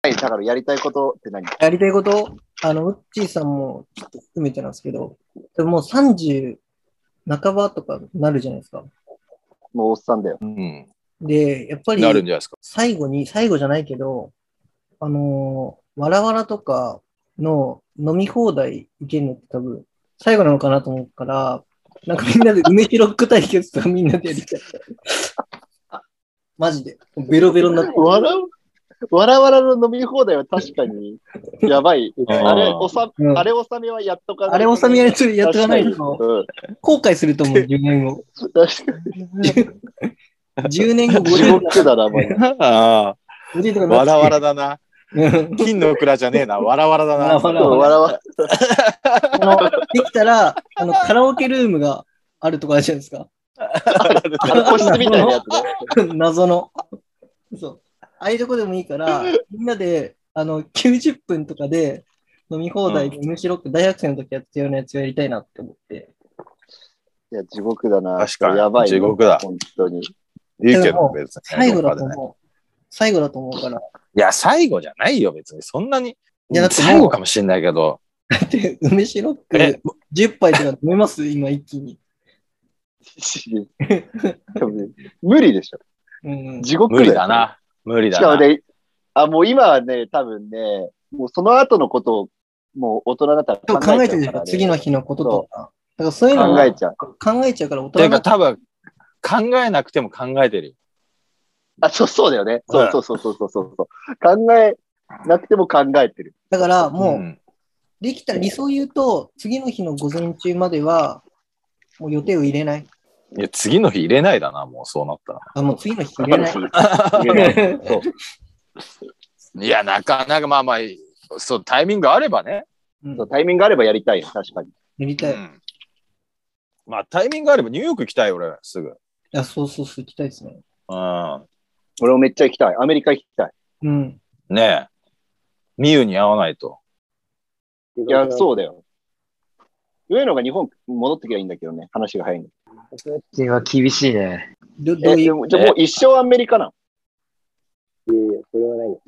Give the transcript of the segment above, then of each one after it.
い、だからやりたいことって何？ やりたいこと、ウッチーさんもちょっと含めてなんですけど、でももう30半ばとかなるじゃないですか。 もうおっさんだよ。 うん。 で、やっぱりなるんじゃないですか。 最後じゃないけど、わらわらとかの飲み放題いけるのって多分最後なのかなと思うから、なんかみんなで梅シロック対決とかみんなでやりたい。マジで。ベロベロになって。 わらわらの飲み放題は確かにやばい。あれ、あれ納めはやっとかないと。 あれ納めやっとかないと、後悔すると思う、10年後。 確かに。 10年後、 地獄だな、マジで。 ああ、わらわらだな。金の蔵じゃねえな、わらわらだな。 わらわら。 できたら、カラオケルームがあるとこあるじゃないですか。 個室みたいなやつね。 謎の。そう。ああいうとこでもいいから、みんなで、90分とかで飲み放題で、むしろ大学生の時やってるようなやつをやりたいなって思って。 いや、地獄だな。 確かに。 やばい。 地獄だ。 本当に。 いいけど、別に。 最後だと思う。最後だと思うから。 いや、最後じゃないよ、別に。そんなに。いや、だって最後かもしれないけど。 だって、梅シロック10杯とか飲めます今一気に。 無理でしょ。地獄無理だな。無理だな。 しかもね、もう今はね、多分ね、もうその後のことを、もう大人だったら考えてるでしょ、次の日のこととか。だからそういうの考えちゃうから大人だ。 ていうか多分、考えなくても考えてるよ。 そうだよね。そう。考えなくても考えてる。 だからもう、できたら理想言うと、次の日の午前中までは、もう予定を入れない。 いや、次の日入れないだな、もうそうなったら。 もう次の日入れない。 そういや、なかなかまあまあ、そう、タイミングあればね。 そうタイミングあればやりたいよ、確かに。 やりたい。 まあ、タイミングあればニューヨーク行きたい、俺、すぐ。 いや、そう、行きたいですね。 俺もめっちゃ行きたい。アメリカ行きたい。 ねえ。ミユに会わないと。 いや、そうだよ。上野が日本戻ってきゃいいんだけどね、話が早いんだ。 は厳しいね。 じゃあもう一生アメリカなの？ いや、それはないよ。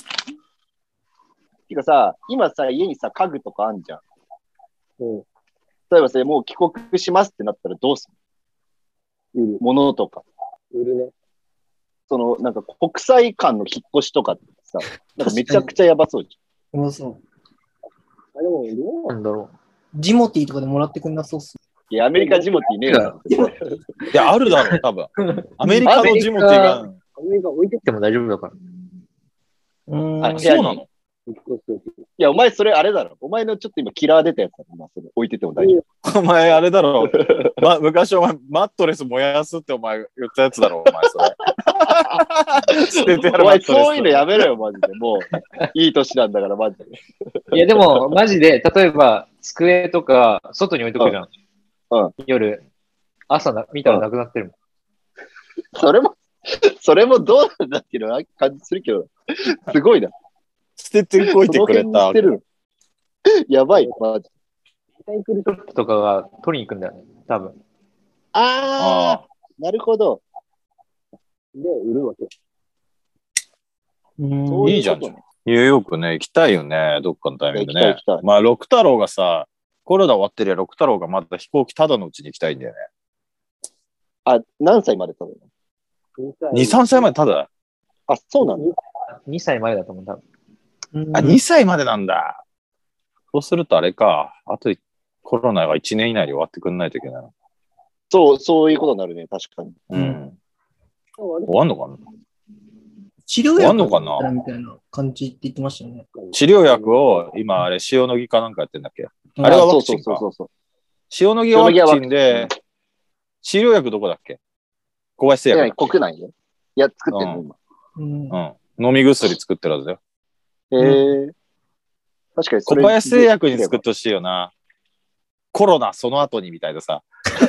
てかさ、今さ、家にさ、家具とかあんじゃん。例えばさ、もう帰国しますってなったらどうする？物とか。 売るね。 なんか国際間の引っ越しとかってさ、なんかめちゃくちゃやばそうじゃん。でも、どうなんだろう。 ジモティーとかでもらってくんなそうっす。 いや、アメリカジモティーねえだろ。 いや、あるだろう、多分。アメリカのジモティーが。 アメリカ置いてっても大丈夫だから。 そうなの？ いや、お前それあれだろ。お前のちょっと今キラー出たやつだろ。それ置いてても大丈夫。お前あれだろ。昔お前マットレス燃やすってお前言ったやつだろ、お前それ。捨ててやる。 お前そういうのやめろよ、マジで。もう、いい年なんだから、マジで。 いや、でも、マジで、例えば、机とか、外に置いとくじゃん。夜、朝見たらなくなってるもん。 それもどうなんだっていうのは感じするけど、すごいな。 捨ててこいてくれた。 やばい、マジで。 サイクルショップとかが取りに行くんだよね、多分。 なるほど。 で、売るわけ。 いいじゃん。ニューヨークね、行きたいよね、どっかのタイミングね。まあ、六太郎がさ、コロナ終わってりゃ、六太郎がまた飛行機ただのうちに行きたいんだよね。何歳までただの？ 2、3歳までただ。 そうなんだ。 2歳までだと思う、多分。 2歳までなんだ。そうするとあれか。あとコロナが1年以内に終わってくんないといけない。 そういうことになるね、確かに。 終わんのかな？ 治療薬終わんのかなみたいな感じって言ってましたよね。 治療薬を今あれ塩野義かなんかやってんだっけ？あれはワクチンか。塩野義ワクチンで、治療薬どこだっけ？小林製薬。 国内で。いや、作ってるの、 今。飲み薬作ってるはずだよ。 確かに小林製薬に作ってほしいよな。コロナその後にみたいなさ。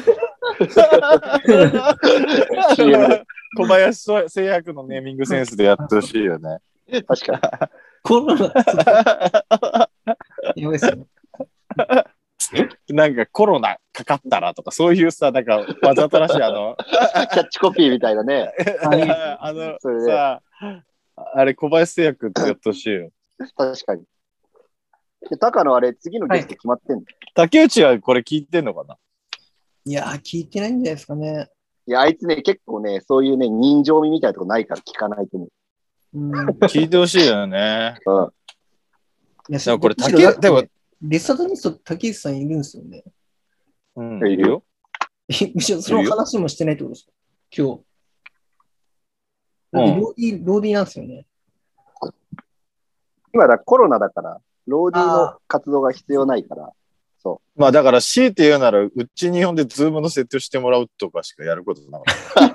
小林製薬のネーミングセンスでやってほしいよね。 確かに。 コロナやばいっすね。 なんかコロナかかったらとか、そういうさ、なんかわざとらしいキャッチコピーみたいなね。 さ、 あれ、小林製薬ってやってほしいよ。 確かに。で、高野あれ、次のゲスト決まってんの、 竹内はこれ聞いてんのかな？ いやー、聞いてないんじゃないですかね。 いや、あいつね、結構ね、そういうね、人情味みたいなとこないから聞かないと思う。 聞いてほしいよね。 うん。 いや、 でもこれでも、リサドニスト竹内さんいるんですよね。 うん、いるよ。 むしろその話もしてないってことですか今日。だってローディーなんですよね。 今だコロナだから、ローディーの活動が必要ないから。そう。 まあだから強いて言うなら、うち日本でズームの設定をしてもらうとかしかやることなか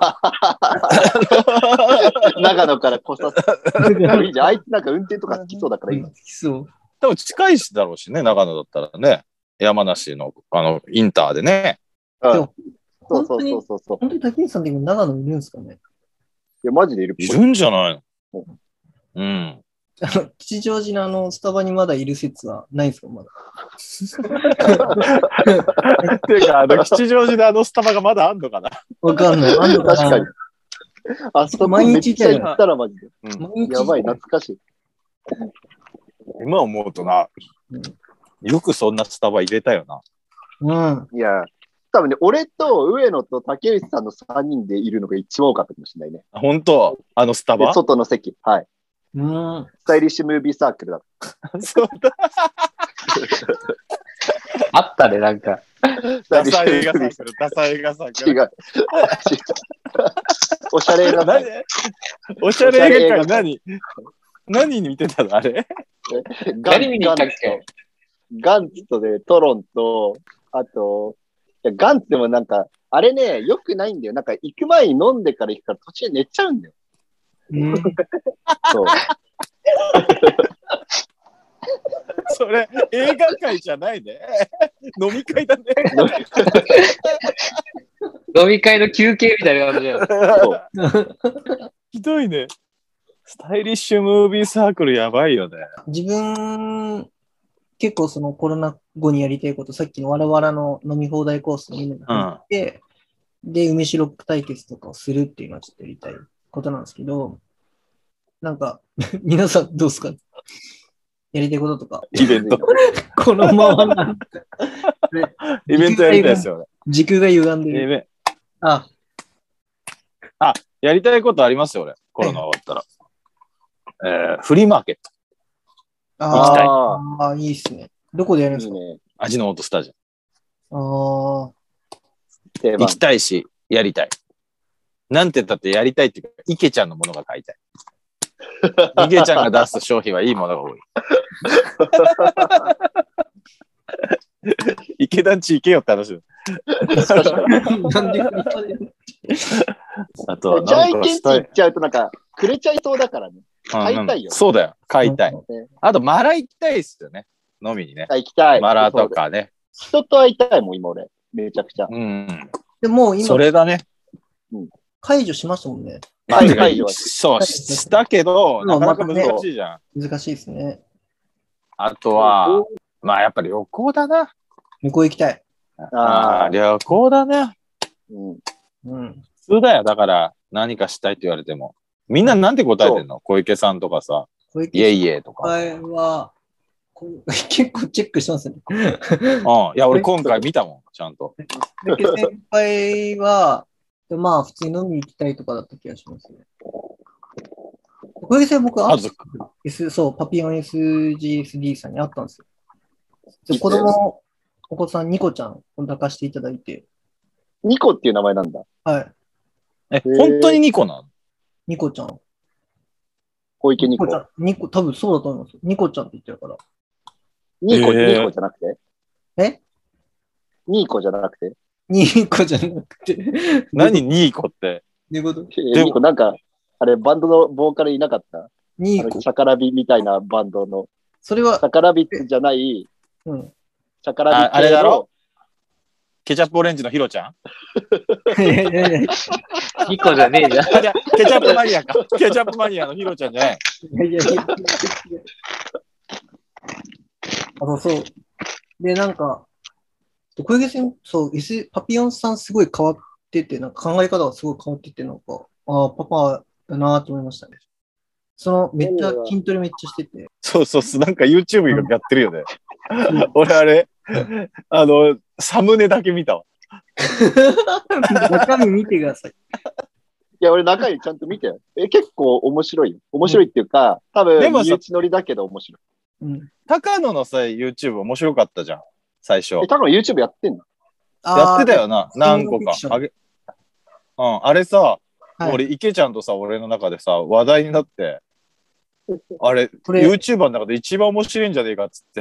った。 長野から来させて。いいじゃん。あいつなんか運転とか好きそうだから今。 好きそう。 多分近いしだろうしね、長野だったらね。山梨のインターでね。 うん。そう。 本当に竹内さんって今長野いるんですかね？ いや、マジでいる。 いるんじゃないの？うん。 吉祥寺のスタバにまだいる説はないですか、まだ。 っていうか、吉祥寺でスタバがまだあんのかな？ わかんない。あんのかな？ 確かに。あそこ毎日行ったらマジで。やばい、懐かしい。 今思うとな、よくそんなスタバ入れたよな。 いや、多分ね、俺と上野と竹内さんの3人でいるのが一番多かったかもしれないね。 本当？スタバ？ 外の席。はい。 スタイリッシュムービーサークルだった。 そうだ。 あったね、なんか。 ダサい映画サークル、ダサい映画サークル。 違う。おしゃれ映画サークル。 おしゃれ映画館何に見てたのあれ？ 何見に行ったっけ？ ガンツとね、トロンと、あと、ガンツでもなんか、あれね、良くないんだよ。なんか行く前に飲んでから行くから途中で寝ちゃうんだよ。そう。 それ、映画会じゃないね。飲み会だね。 飲み会の休憩みたいな感じだよ。 ひどいね。スタイリッシュムービーサークルやばいよね。 自分、結構そのコロナ後にやりたいこと、さっきのわらわらの飲み放題コースに入って、で、梅酒ロック対決とかをするっていうのはちょっとやりたいことなんですけど、なんか、皆さんどうですか？やりたいこととか。 イベント。 このままなんか。 イベントやりたいですよね。 時空が歪んでる。 やりたいことありますよ、俺。コロナ終わったら。フリーマーケット。 行きたい。いいっすね。どこでやるんですか？ 味の素スタジオ。 行きたいし、やりたい。なんて言ったってやりたいっていうか、池ちゃんのものが買いたい。池ちゃんが出す商品はいいものが多い。池団地行けよって話。あとはじゃあいけんち行っちゃうとなんか、くれちゃいそうだからね。買いたいよ。 そうだよ。買いたい。あと、マラ行きたいっすよね。飲みにね。 行きたい。 マラとかね。 人と会いたいもん、今俺。めちゃくちゃ。 でも今、 それだね。 解除しましたもんね。 解除はそう、したけど、なかなか難しいじゃん。 難しいですね。 あとは、まあやっぱり旅行だな。 旅行行きたい。 旅行だね。 普通だよ。だから何かしたいって言われても。みんななんて答えてんの？小池さんとかさ。いえいえとか。 は結構チェックしてますね。 いや、俺今回見たもん、ちゃんと。 先輩は、まあ普通に飲みに行きたいとかだった気がしますね。小池さん僕は、そう、パピオン SGSD さんに会ったんですよ。お子さん、ニコちゃんを抱かしていただいて。 ニコっていう名前なんだ。 はい。 本当にニコなの？ ニコちゃん。 小池ニコ。 多分そうだと思います。ニコちゃんって言ってるから。 ニコじゃなくて？ニコじゃなくて？ ニコじゃなくて。 何ニコって。 ニコなんか、あれ、バンドのボーカルいなかった？ ニコ。 シャカラビみたいなバンドの。 それは。 シャカラビじゃない。 シャカラビ系の。 あれだろ？ケチャップオレンジのヒロちゃん？ ニコじゃねえじゃん。 ケチャップマニアか。ケチャップマニアのヒロちゃんじゃない。 そう。で、なんか、小池さん、そう、パピヨンさんすごい変わってて、なんか考え方がすごい変わってて、なんか、パパだなと思いましたね。 めっちゃ筋トレめっちゃしてて。 そうそうそう、なんか YouTube やってるよね。俺あれ、サムネだけ見たわ。 中身見てください。 いや、俺中身ちゃんと見てよ。結構面白いよ。面白いっていうか、多分、身内乗りだけど面白い。 高野のさ、YouTube 面白かったじゃん、最初。 高野 YouTube やってんの？ やってたよな、何個か。あれさ、俺、池ちゃんとさ、俺の中でさ、話題になって、あれ、YouTuber の中で一番面白いんじゃねえかっつって。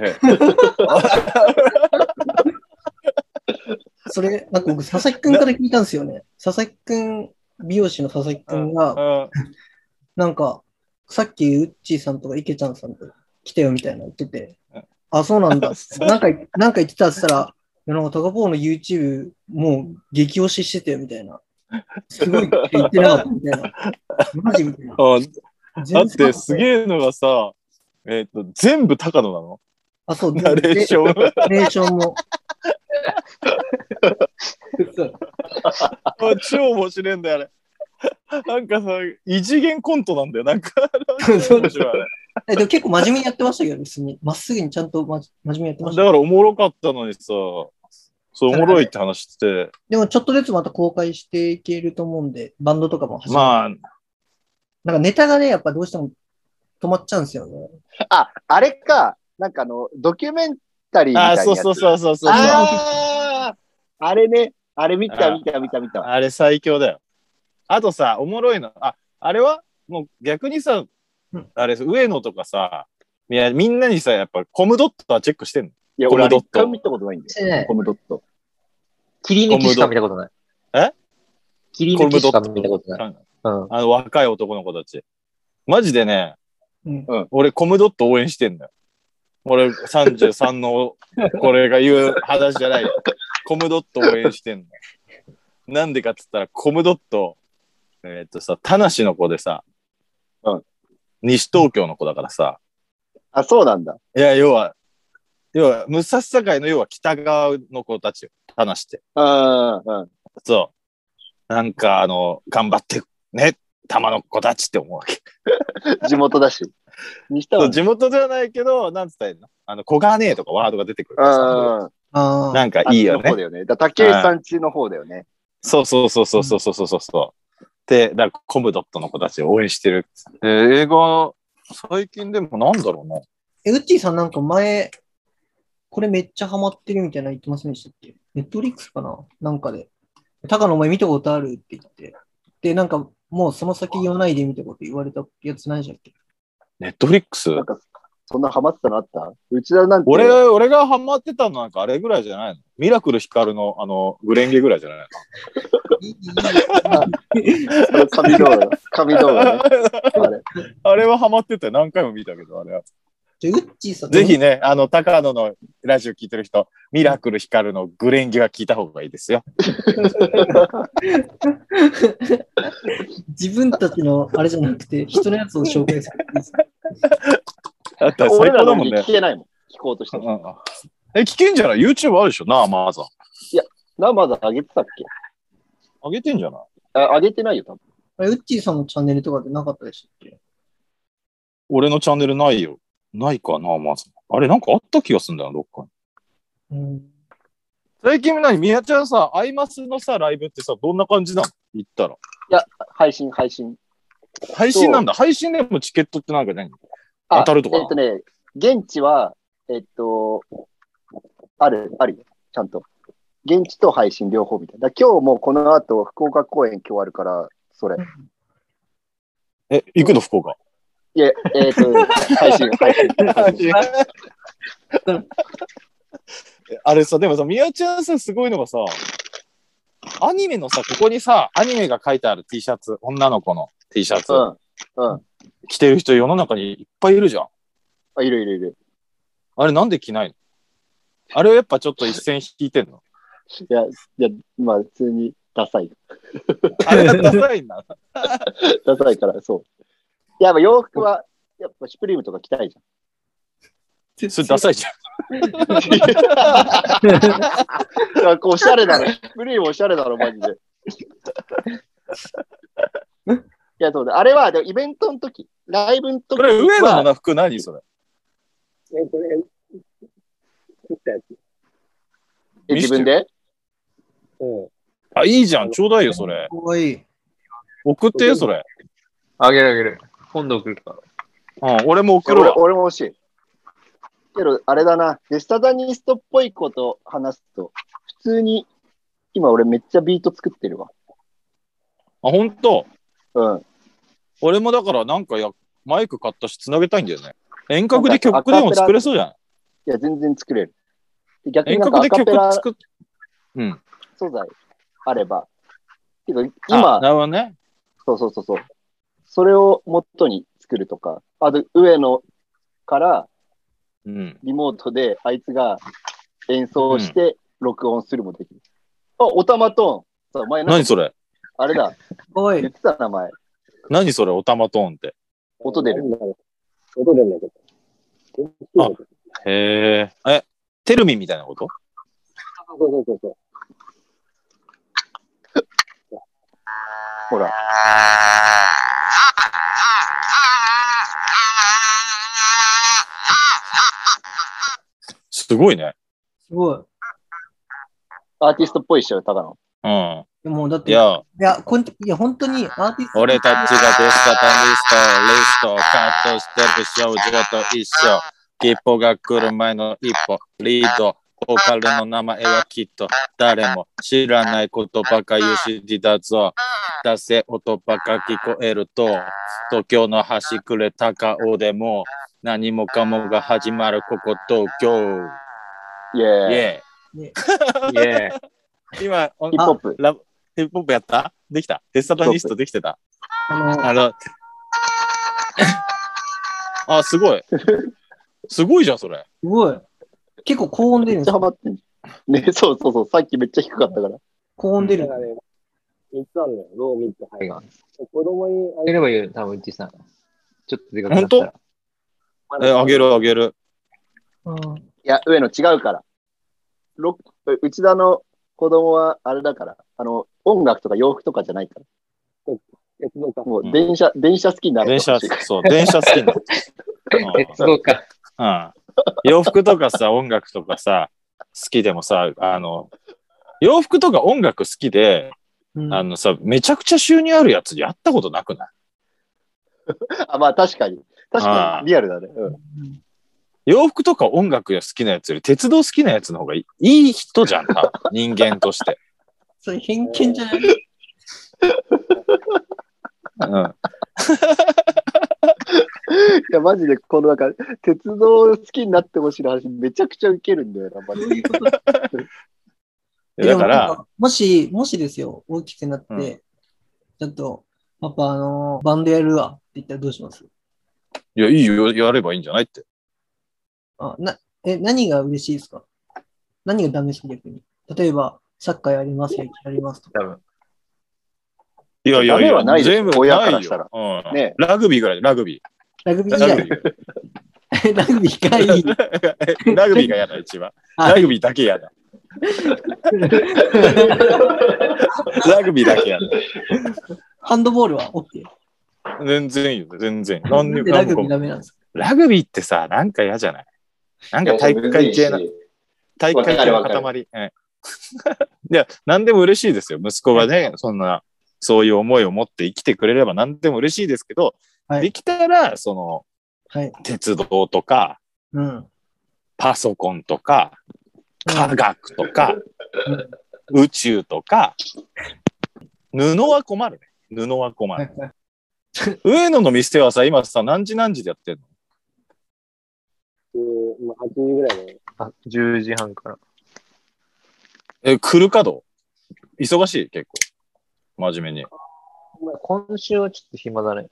それ、なんか僕、佐々木くんから聞いたんですよね。佐々木くん、美容師の佐々木くんが、なんか、さっきウッチーさんとか池ちゃんさんと来たよみたいな言ってて、あ、そうなんだ。なんか言ってたって言ったら、なんかタカポーの YouTube もう激推ししてたよみたいな。すごい言ってなかったみたいな。マジみたいな。 だってすげえのがさ、全部高野なの？ あ、そう、 ナレーション。 ナレーションも。 超面白いんだよ、あれ。なんかさ、異次元コントなんだよ、なんか。 そうでしょ、でも結構真面目にやってましたけど、別に。まっすぐにちゃんと真面目にやってました。 だからおもろかったのにさ、そうおもろいって話して。 でもちょっとずつまた公開していけると思うんで、バンドとかも始まあ。 なんかネタがね、やっぱどうしても止まっちゃうんですよね。 あれか。なんかドキュメンタリーみたいなやつ。 そう。 あれね。あれ見た。 あれ最強だよ。あとさ、おもろいの。あれはもう逆にさ、あれ、上野とかさ、みんなにさ、やっぱコムドットはチェックしてんの？ いや、俺一回見たことないんだよ。コムドット。 切り抜きしか見たことない。切り抜きしか見たことない。 若い男の子たち。マジでね、俺コムドット応援してんだよ。俺33のこれが言う話じゃないよ。コムドット応援してんだよ。なんでかっつったら、コムドット、田無の子でさ、西東京の子だからさ。 あ、そうなんだ。 いや、要は、武蔵境の要は北側の子たちよ。田無って。そう。なんか、頑張ってね、玉の子たちって思うわけ。 地元だし。 地元ではないけど、なんつったらいいの？小金ねとかワードが出てくるからさ。なんかいいよね。 竹内さんちの方だよね。 そう。で、だからコムドットの子たちを応援してる。映画、最近でもなんだろうな。 ウッチーさんなんか前、これめっちゃハマってるみたいな言ってませんでしたっけ？ネットフリックスかななんかで。高野お前見たことあるって言って。で、なんかもうその先言わないでみたこと言われたやつないじゃんっけ？ ネットフリックス？ なんかそんなハマってたのあった？うちだなんて。 俺がハマってたのなんかあれぐらいじゃないの？ミラクルヒカルのグレンゲぐらいじゃないの？神動画ね。 あれはハマってたよ。何回も見たけど、あれは。 ぜひね、高野のラジオ聞いてる人、ミラクルヒカルのグレンゲは聞いた方がいいですよ。 自分たちのあれじゃなくて、人のやつを紹介する。 だったら最高だもんね。 聞けないもん。聞こうとして。 聞けんじゃない？ YouTube あるでしょ？なあ、まずは。 いや、なあ、まだ上げてたっけ？ 上げてんじゃない？ 上げてないよ、多分。 ウッチーさんのチャンネルとかでなかったでしたっけ？ 俺のチャンネルないよ。ないかな、まず。あれ、なんかあった気がするんだよ、どっかに。最近宮ちゃんさ、アイマスのさ、ライブってさ、どんな感じなの？行ったら。いや、配信。 配信なんだ。配信でもチケットってなんか何？当たるとか。 現地は、あるよ。ちゃんと。現地と配信両方みたいな。今日もこの後、福岡公演今日あるから、それ。 行くの福岡？ いや、配信。 あれさ、でもさ、宮ちゃんさ、すごいのがさ、アニメのさ、ここにさ、アニメが書いてある T シャツ、女の子の T シャツ、着てる人世の中にいっぱいいるじゃん。 あ、いる。 あれなんで着ないの？あれはやっぱちょっと一線引いてんの？ いや、まあ普通にダサい。 あれがダサいんだ。 ダサいから、そう。いや、洋服は、やっぱシュプリームとか着たいじゃん。それダサいじゃん。 おしゃれだろ。シュプリームおしゃれだろ、マジで。いや、そうだ。あれは、でもイベントの時、 ライブの時これ、上野の服何それ？ これ、作ったやつ。 自分で？ うん。 あ、いいじゃん。ちょうだいよ、それ。 かわいい。 送ってよ、それ。 あげるあげる。今度送るから。 うん、俺も送るわ。 俺も欲しい。けど、あれだな。デスタダニストっぽいこと話すと、普通に、今俺めっちゃビート作ってるわ。 あ、ほんと？ うん。 俺もだからなんかマイク買ったし繋げたいんだよね。遠隔で曲でも作れそうじゃん。 いや、全然作れる。逆に遠なんか隔で曲アカペラ作っうん。 素材あれば。けど今、 なるほどね。 そう。それを元に作るとか、あと上野からうん。 リモートであいつが演奏して録音するもできる。あ、オタマトーン。さ、前何それ？ あれだ。 かわいい。 言ってた名前。 何それ？オタマトーンって。 音出る。 音出るんだけど。 あへえ。テルミみたいなこと？ そう。 ほら。 すごいね。 すごい。 アーティストっぽいっしょ、ただの。 うん。 でもだっていや、 本当にアーティスト。 俺たちがデスタタリストをカットしてる少女と一緒。一歩が来る前の一歩、リード。ボーカルの名前はきっと誰も知らないことばかりしりだぞ。出せ音ばか聞こえると、東京の端くれ高尾でも何もかもが始まるここ東京。 イェーイ。 イェーイ。今、 ヒップホップ。 ヒップホップやった？できた？デスタタニストできてた？あ、すごい。すごいじゃん、それ。 すごい。結構高音出るんですめっちゃハマってんね、そう。さっきめっちゃ低かったから。 高音出る。 だからね、3つあるのよ。ロー、ミッド、ハイが。子供にあげればいいよ、多分、うちさん。ちょっとでかくなったら。 あげる。 うん。 いや、上野違うから。内田の子供はあれだから、音楽とか洋服とかじゃないから。 鉄道か。 もう電車好きになる。 電車好きになる。 鉄道か。 うん。洋服とかさ、音楽とかさ、好きでもさ、洋服とか音楽好きで、さ、めちゃくちゃ収入あるやつやったことなくない？ あ、まあ確かにリアルだね。うん。 洋服とか音楽が好きなやつより鉄道好きなやつの方がいい人じゃん、多分人間として。 それ偏見じゃない？ うん。 いや、マジで、このなんか、鉄道好きになってほしい話、めちゃくちゃウケるんだよな、マジで。 だから、 もしですよ、大きくなって、ちょっと、パパ、バンドやるわって言ったらどうします？ いや、いいよ、やればいいんじゃないって。 何が嬉しいですか？何がダメですか、逆に。例えば、サッカーやります、野球やりますとか。 いや、 ダメはないですよ、親からないしたら。 よ。 ね、 ラグビーぐらい、ラグビー。 ラグビー以外。ラグビーがいい。 ラグビーが嫌だ、一番。ラグビーだけ嫌だ。ラグビーだけ嫌だ。 ハンドボールは OK？ 全然いいよ、全然。 なんでラグビーダメなんですか？ ラグビーってさ、なんか嫌じゃない？なんか大会系の塊。いや、何でも嬉しいですよ。息子がね、そういう思いを持って生きてくれれば何でも嬉しいですけど、できたら、鉄道とか、パソコンとか、科学とか、宇宙とか、布は困るね。布は困る。上野の店はさ、今さ、何時でやってんの ？8時ぐらいで。 10時半から。 来るかどう？忙しい結構。真面目に。 今週はちょっと暇だね。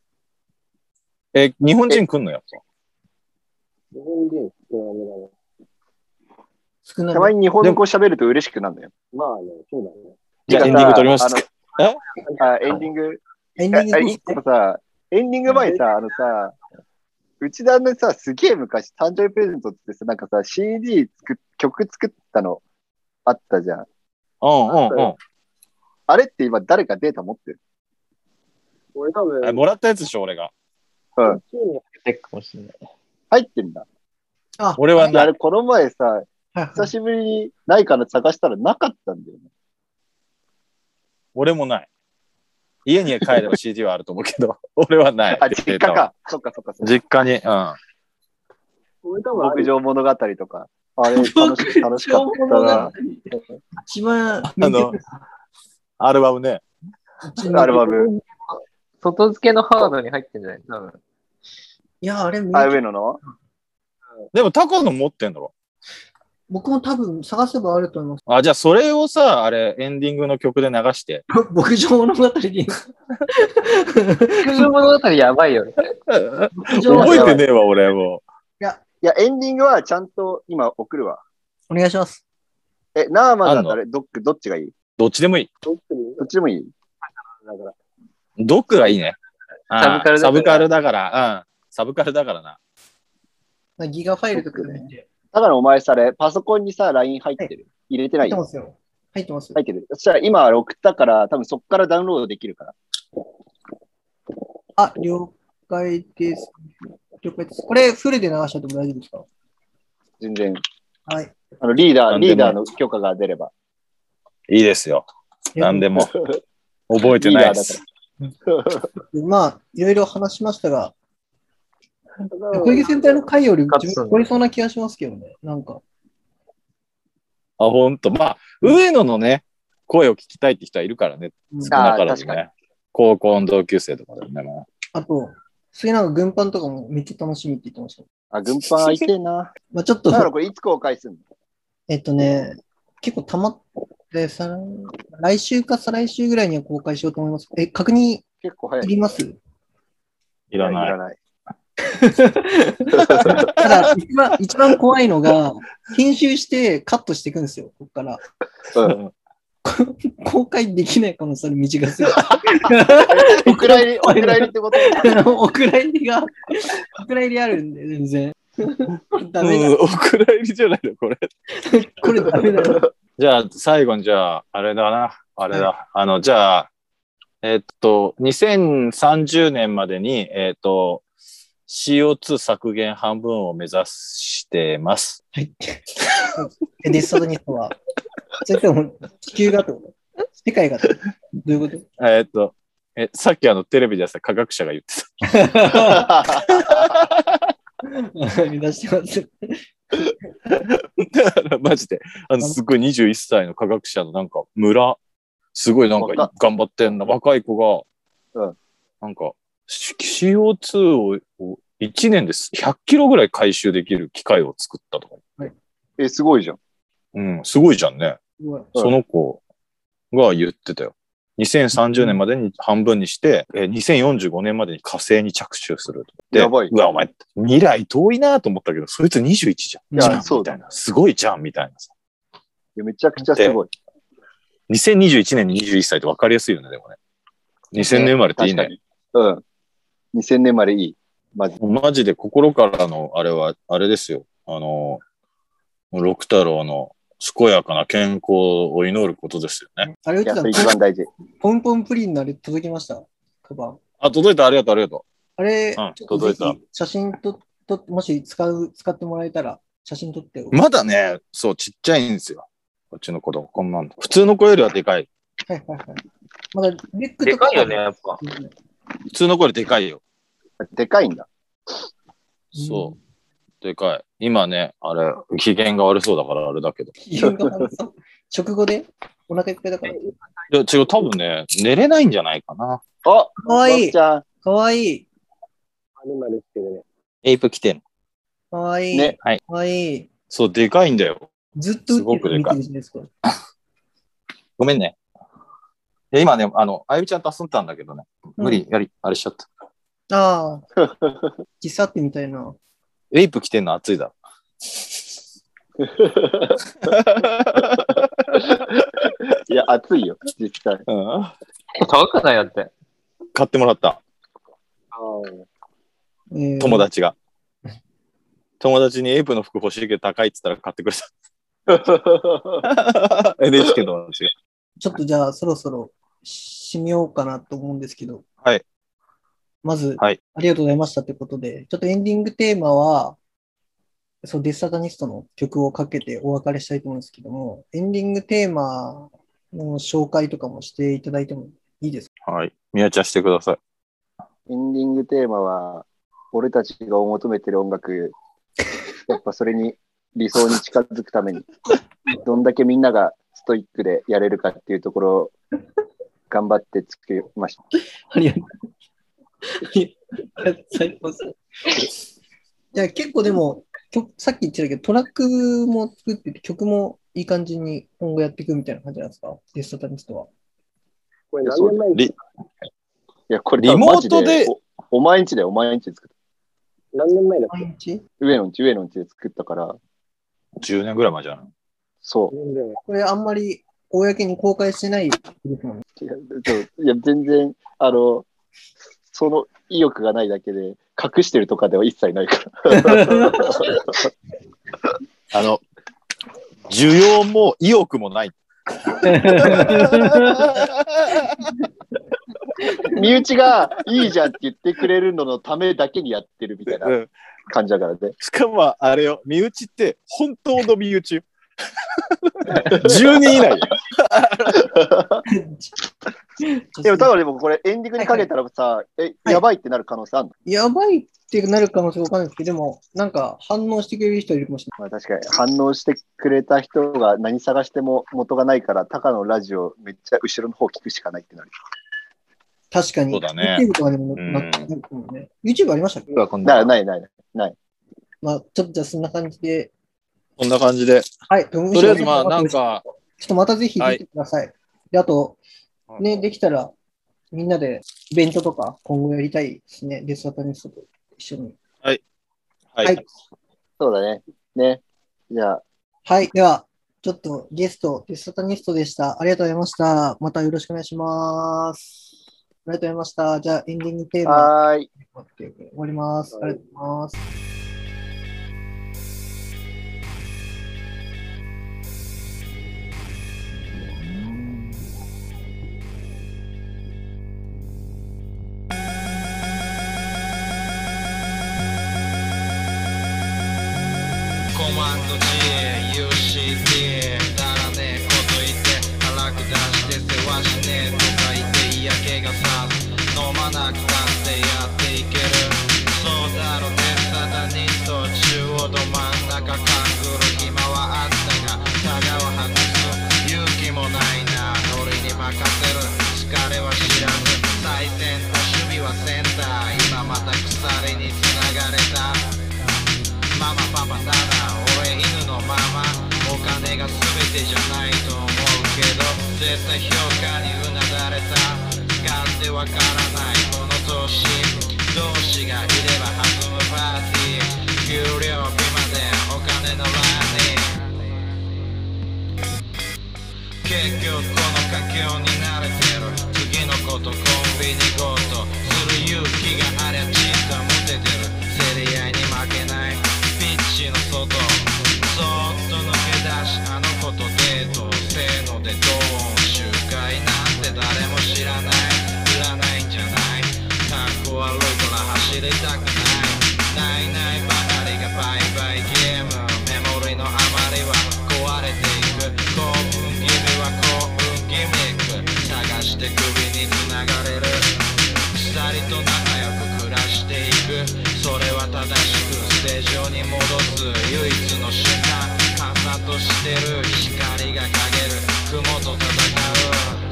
日本人来んのやっぱ。 日本人少なめだね。 少なめ。 たまに日本語喋ると嬉しくなるんだよ。 まあね、そうだね。 じゃあエンディング撮りますか？ エンディング。一個さ、エンディング前さ、内田のさ、すげえ昔、誕生日プレゼントってさ、なんかさ、曲作ったのあったじゃん。あれって今誰かデータ持ってる？ 俺多分。 もらったやつでしょ、俺が。 うん。 入ってるかもしれない。 入ってんだ。 あ、 俺はない。 あれ、この前さ、 はいはい久しぶりにないかな探したらなかったんだよね。 俺もない。家に帰れば CD はあると思うけど、俺はない。 あ、実家か。そっかそっかそっか。 実家に。うん。 俺多分ある牧場物語とか。あれ、楽しかったな。 一番、 アルバムね。 アルバム。 外付けのハードに入ってんじゃない多分。 いや、あれ、 あ、上野のでも高野持ってんだろ。 僕も多分探せばあると思います。 あ、じゃあそれをさ、あれ、エンディングの曲で流して。 牧場物語に。 牧場物語やばいよね。 覚えてねえわ、俺もいや、エンディングはちゃんと今送るわ。 お願いします。 ナーマンだったらどっちがいい？ どっちでもいい。 どっちでもいい？ だから。 ドックがいいね。 サブカルだから。 サブカルだから。うん。サブカルだからな。 ギガファイルとかで。 だからお前さ、パソコンにさ、LINE 入ってる？入れてない？ 入ってますよ。入ってます。 入ってる。そしたら今送ったから、多分そっからダウンロードできるから。 あ、了解です。了解です。これフルで流しちゃっても大丈夫ですか？ 全然。 はい。 リーダーの許可が出れば。 いいですよ。何でも。覚えてないです。 まあ、いろいろ話しましたが、小池戦隊の回より超えそうな気がしますけどね、なんか。 あ、ほんと。まあ、上野のね、声を聞きたいって人はいるからね。少なからずね。高校の同級生とかでもね。 あと、次なんか軍パンとかもめっちゃ楽しみって言ってました。 あ、軍パン空いてんな。 まあちょっと。 だからこれいつ公開するの？ 結構たまって来週か再来週ぐらいには公開しようと思います。確認結構早い。 いります？ いらない。 ただ一番怖いのが、編集してカットしていくんですよ、ここから。公開できない可能性の道がする。 お蔵入りってこと？ お蔵入りあるんで、全然。ダメだ。 お蔵入りじゃないの、これ。 これダメだよ。 じゃあ、最後にじゃあ、あれだな。あれだ。じゃあ、2030年までに、CO2 削減半分を目指してます。 はい。ディストドニストは、それとも地球がってこと世界がってことどういうことさっきテレビでやった科学者が言ってた。 目指してます。 だからマジで、すごい21歳の科学者のなんか村、すごいなんか頑張ってんな、若い子が、なんか CO2 を1年で100キロぐらい回収できる機械を作ったとか。 はい、 すごいじゃん。 うん、すごいじゃんね。その子が言ってたよ。2030年までに半分にして、2045年までに火星に着手すると。 やばい。 うわ、お前、未来遠いなと思ったけど、そいつ21じゃん。 いや、そうみたいな。すごいじゃん、みたいなさ。 めちゃくちゃすごい。 2021年に21歳って分かりやすいよね、でもね。2000年生まれっていいね。 うん。2000年生まれいい。 マジで心からの、あれは、あれですよ。六太郎の健やかな健康を祈ることですよね。 あれ、 一番大事。 ポンポンプリンのあれ届きましたカバン。 あ、届いた、ありがとう、ありがとう。あれ、 届いた。 写真と、もし使ってもらえたら、写真撮って。 まだね、そう、ちっちゃいんですよ。こっちの子供、こんなんだ。普通の子よりはでかい。 はいはいはい。まだリュックとか。でかいよね、やっぱ。 普通の子よりでかいよ。 でかいんだ。 そう。でかい。今ね、あれ、機嫌が悪そうだからあれだけど。 機嫌が悪そう。食後でお腹いっぱいだから。いや、違う、多分ね、寝れないんじゃないかな。 あ、 かわいい。かわいい。 アニマルしてるね。 エイプ来てん。 かわいい。 ね。はい。 かわいい。 そう、でかいんだよ。 ずっとすごくでかい。 ですかごめんね。今ね、あゆみちゃんと遊んでたんだけどね。無理、あれしちゃった。 ああ。喫茶ってみたいな。 エイプ来てんの暑いだろ。 いや、暑いよ、実際。 高くないやって。 買ってもらった。友達が。友達にエイプの服欲しいけど高いって言ったら買ってくれた。NHK の話が。 ちょっとじゃあそろそろ締めようかなと思うんですけど。 はい。 まず、 はい、 ありがとうございましたってことで、ちょっとエンディングテーマは、そう、デスサタニストの曲をかけてお別れしたいと思うんですけども、エンディングテーマの紹介とかもしていただいてもいいですか？ はい。宮ちゃんしてください。 エンディングテーマは、俺たちが求めてる音楽、やっぱそれに理想に近づくために、どんだけみんながストイックでやれるかっていうところを頑張って作りました。 ありがとうございます。いや、結構でも、さっき言ってたけど、トラックも作ってて、曲もいい感じに今後やっていくみたいな感じなんですか？デスサタニストは。 これ何年前ですか？ いや、これリモートでお前んちで作った。 何年前だっけ？ 上のんちで作ったから。 10年ぐらい前じゃない？ そう。 これあんまり公に公開してないですもんね。 いや、全然、その意欲がないだけで、隠してるとかでは一切ないから。 需要も意欲もない。 身内がいいじゃんって言ってくれるののためだけにやってるみたいな感じだからね。 しかもあれよ、身内って本当の身内よ。10人以内よ。 でも多分でもこれエンディングにかけたらさ、やばいってなる可能性あるの？ やばいってなる可能性わかんないですけど、でもなんか反応してくれる人いるかもしれない。 まあ、確かに反応してくれた人が何探しても元がないから、タカのラジオめっちゃ後ろの方聞くしかないってなる。 確かに。 そうだね。 YouTube とかでもなってるもんね。YouTube ありましたっけ？ ない。 まあ、ちょっとじゃあそんな感じで。 こんな感じで。 はい。 とりあえずまあなんか。 ちょっとまたぜひ出てください。はい、で、あと、ね、できたらみんなでイベントとか今後やりたいですね。デスサタニストと一緒に。 はい。 はい。 そうだね。ね。じゃあ。 はい。では、ちょっとゲスト、デスサタニストでした。ありがとうございました。またよろしくお願いします。ありがとうございました。じゃあ、エンディングテーマ。終わります。ありがとうございます。 コマンド GUCT だらねえこと言って腹下して世話しねえとか言って嫌気がさす飲まなくたってやっていけるそうだろデスサタニスト中央ど真ん中勘ぐる暇はあったがタガを外す勇気もないなノリに任せる疲れは知らず最先端守備はセンター今また鎖に繋がれたママパパただ俺犬のままお金が全てじゃないと思うけど絶対評価にうなだれた勝手わからないこの年同士がいれば弾むパーティー給料日までお金の欄に結局この環境に慣れてる次のことコンビニごとする勇気がありゃちっと持ててる競り合いに負けないピッチの外そっと抜け出しあの子とデートせーのでドーン集会なんて誰も知らないいらないんじゃないかっこ悪いから走りたくないないばかりがバイバイゲームメモリの余りは壊れていく興奮気味は興奮ギミック探して首に繋がれる二人と仲良く暮らしていくそれは正しく正常に戻す唯一の瞬間傘としてる光が陰る雲と戦う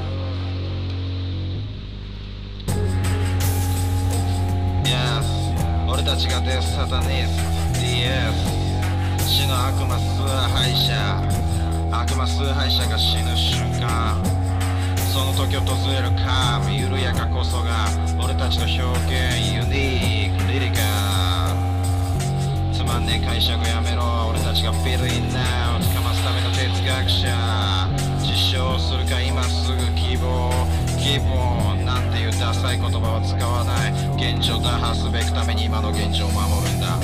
Yes 俺たちがデスサタニスト DS 死の悪魔崇拝者悪魔崇拝者が死ぬ瞬間その時訪れる神緩やかこそが俺たちの表現ユニークリリカつまんねえ解釈やめろ俺たちがフィルインナウつかますための哲学者実証するか今すぐ希望希望なんていうダサい言葉は使わない現状打破すべくために今の現状を守るんだ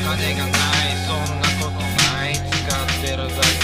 金がないそんなことない使ってるだけ